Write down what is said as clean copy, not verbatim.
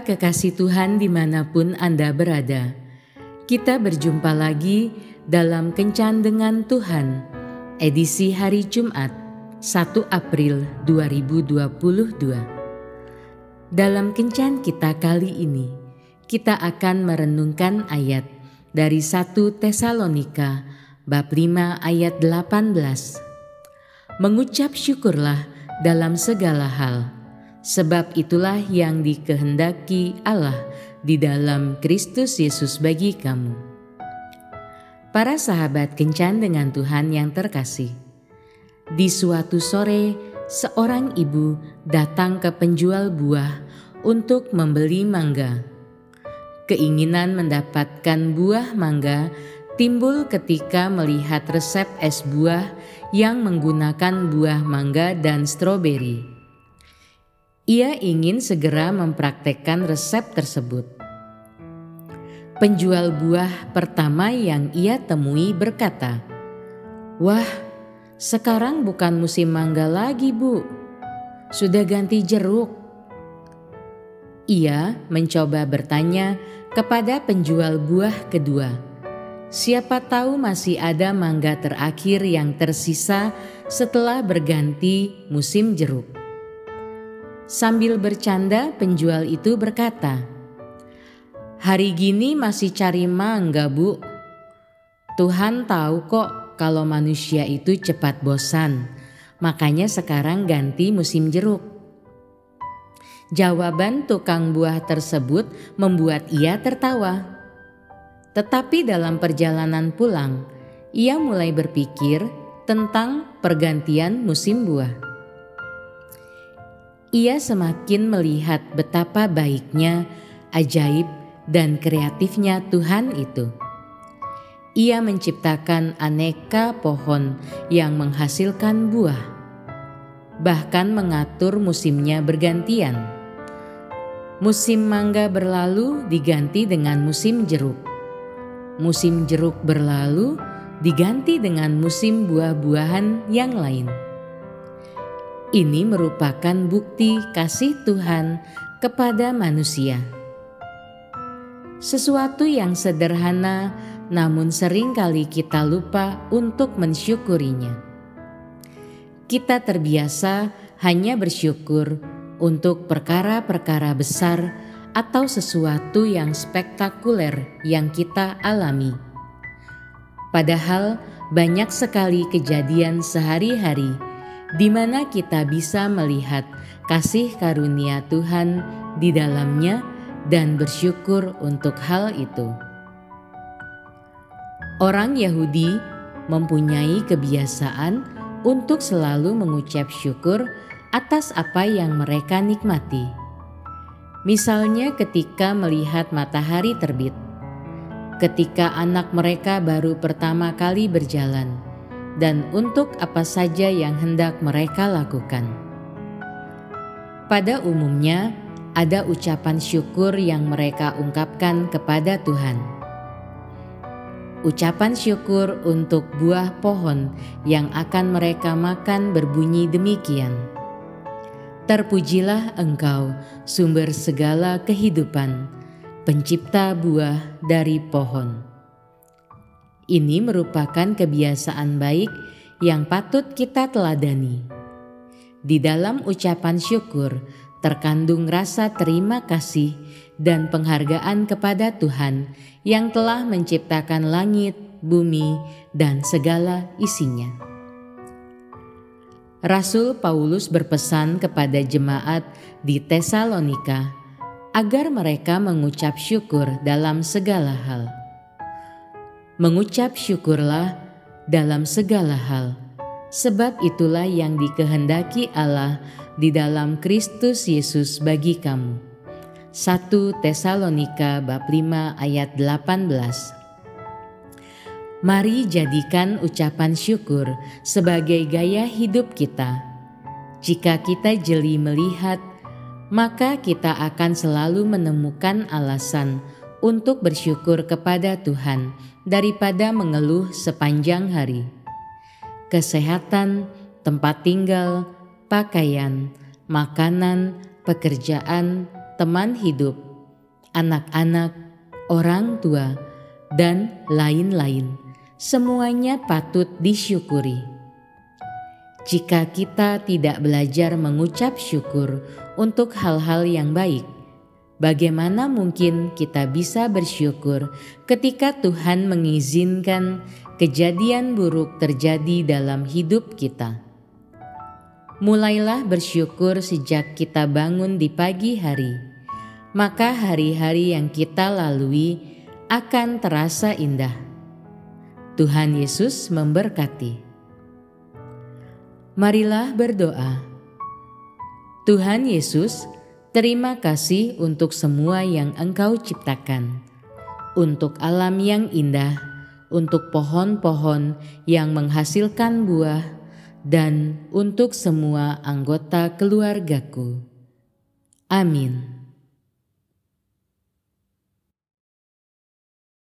Para kekasih Tuhan dimanapun Anda berada, kita berjumpa lagi dalam Kencan dengan Tuhan, edisi hari Jumat 1 April 2022. Dalam Kencan kita kali ini, kita akan merenungkan ayat dari 1 Tesalonika bab 5 ayat 18. Mengucap syukurlah dalam segala hal, sebab itulah yang dikehendaki Allah di dalam Kristus Yesus bagi kamu. Para sahabat Kencan dengan Tuhan yang terkasih, di suatu sore seorang ibu datang ke penjual buah untuk membeli mangga. Keinginan mendapatkan buah mangga timbul ketika melihat resep es buah yang menggunakan buah mangga dan stroberi. Ia ingin segera mempraktekkan resep tersebut. Penjual buah pertama yang ia temui berkata, "Wah, sekarang bukan musim mangga lagi, Bu. Sudah ganti jeruk." Ia mencoba bertanya kepada penjual buah kedua, siapa tahu masih ada mangga terakhir yang tersisa setelah berganti musim jeruk. Sambil bercanda, penjual itu berkata, "Hari gini masih cari mangga, Bu. Tuhan tahu kok kalau manusia itu cepat bosan, makanya sekarang ganti musim jeruk." Jawaban tukang buah tersebut membuat ia tertawa. Tetapi dalam perjalanan pulang, ia mulai berpikir tentang pergantian musim buah. Ia semakin melihat betapa baiknya, ajaib, dan kreatifnya Tuhan itu. Ia menciptakan aneka pohon yang menghasilkan buah, bahkan mengatur musimnya bergantian. Musim mangga berlalu diganti dengan musim jeruk. Musim jeruk berlalu diganti dengan musim buah-buahan yang lain. Ini merupakan bukti kasih Tuhan kepada manusia. Sesuatu yang sederhana, namun seringkali kita lupa untuk mensyukurinya. Kita terbiasa hanya bersyukur untuk perkara-perkara besar atau sesuatu yang spektakuler yang kita alami. Padahal banyak sekali kejadian sehari-hari di mana kita bisa melihat kasih karunia Tuhan di dalamnya dan bersyukur untuk hal itu. Orang Yahudi mempunyai kebiasaan untuk selalu mengucap syukur atas apa yang mereka nikmati. Misalnya ketika melihat matahari terbit, ketika anak mereka baru pertama kali berjalan, dan untuk apa saja yang hendak mereka lakukan. Pada umumnya, ada ucapan syukur yang mereka ungkapkan kepada Tuhan. Ucapan syukur untuk buah pohon yang akan mereka makan berbunyi demikian, "Terpujilah Engkau, sumber segala kehidupan, pencipta buah dari pohon." Ini merupakan kebiasaan baik yang patut kita teladani. Di dalam ucapan syukur terkandung rasa terima kasih dan penghargaan kepada Tuhan yang telah menciptakan langit, bumi, dan segala isinya. Rasul Paulus berpesan kepada jemaat di Tesalonika agar mereka mengucap syukur dalam segala hal. Mengucap syukurlah dalam segala hal, sebab itulah yang dikehendaki Allah di dalam Kristus Yesus bagi kamu. 1 Tesalonika bab 5 ayat 18. Mari jadikan ucapan syukur sebagai gaya hidup kita. Jika kita jeli melihat, maka kita akan selalu menemukan alasan untuk bersyukur kepada Tuhan daripada mengeluh sepanjang hari. Kesehatan, tempat tinggal, pakaian, makanan, pekerjaan, teman hidup, anak-anak, orang tua, dan lain-lain. Semuanya patut disyukuri. Jika kita tidak belajar mengucap syukur untuk hal-hal yang baik, bagaimana mungkin kita bisa bersyukur ketika Tuhan mengizinkan kejadian buruk terjadi dalam hidup kita? Mulailah bersyukur sejak kita bangun di pagi hari, maka hari-hari yang kita lalui akan terasa indah. Tuhan Yesus memberkati. Marilah berdoa. Tuhan Yesus, terima kasih untuk semua yang Engkau ciptakan, untuk alam yang indah, untuk pohon-pohon yang menghasilkan buah, dan untuk semua anggota keluargaku. Amin.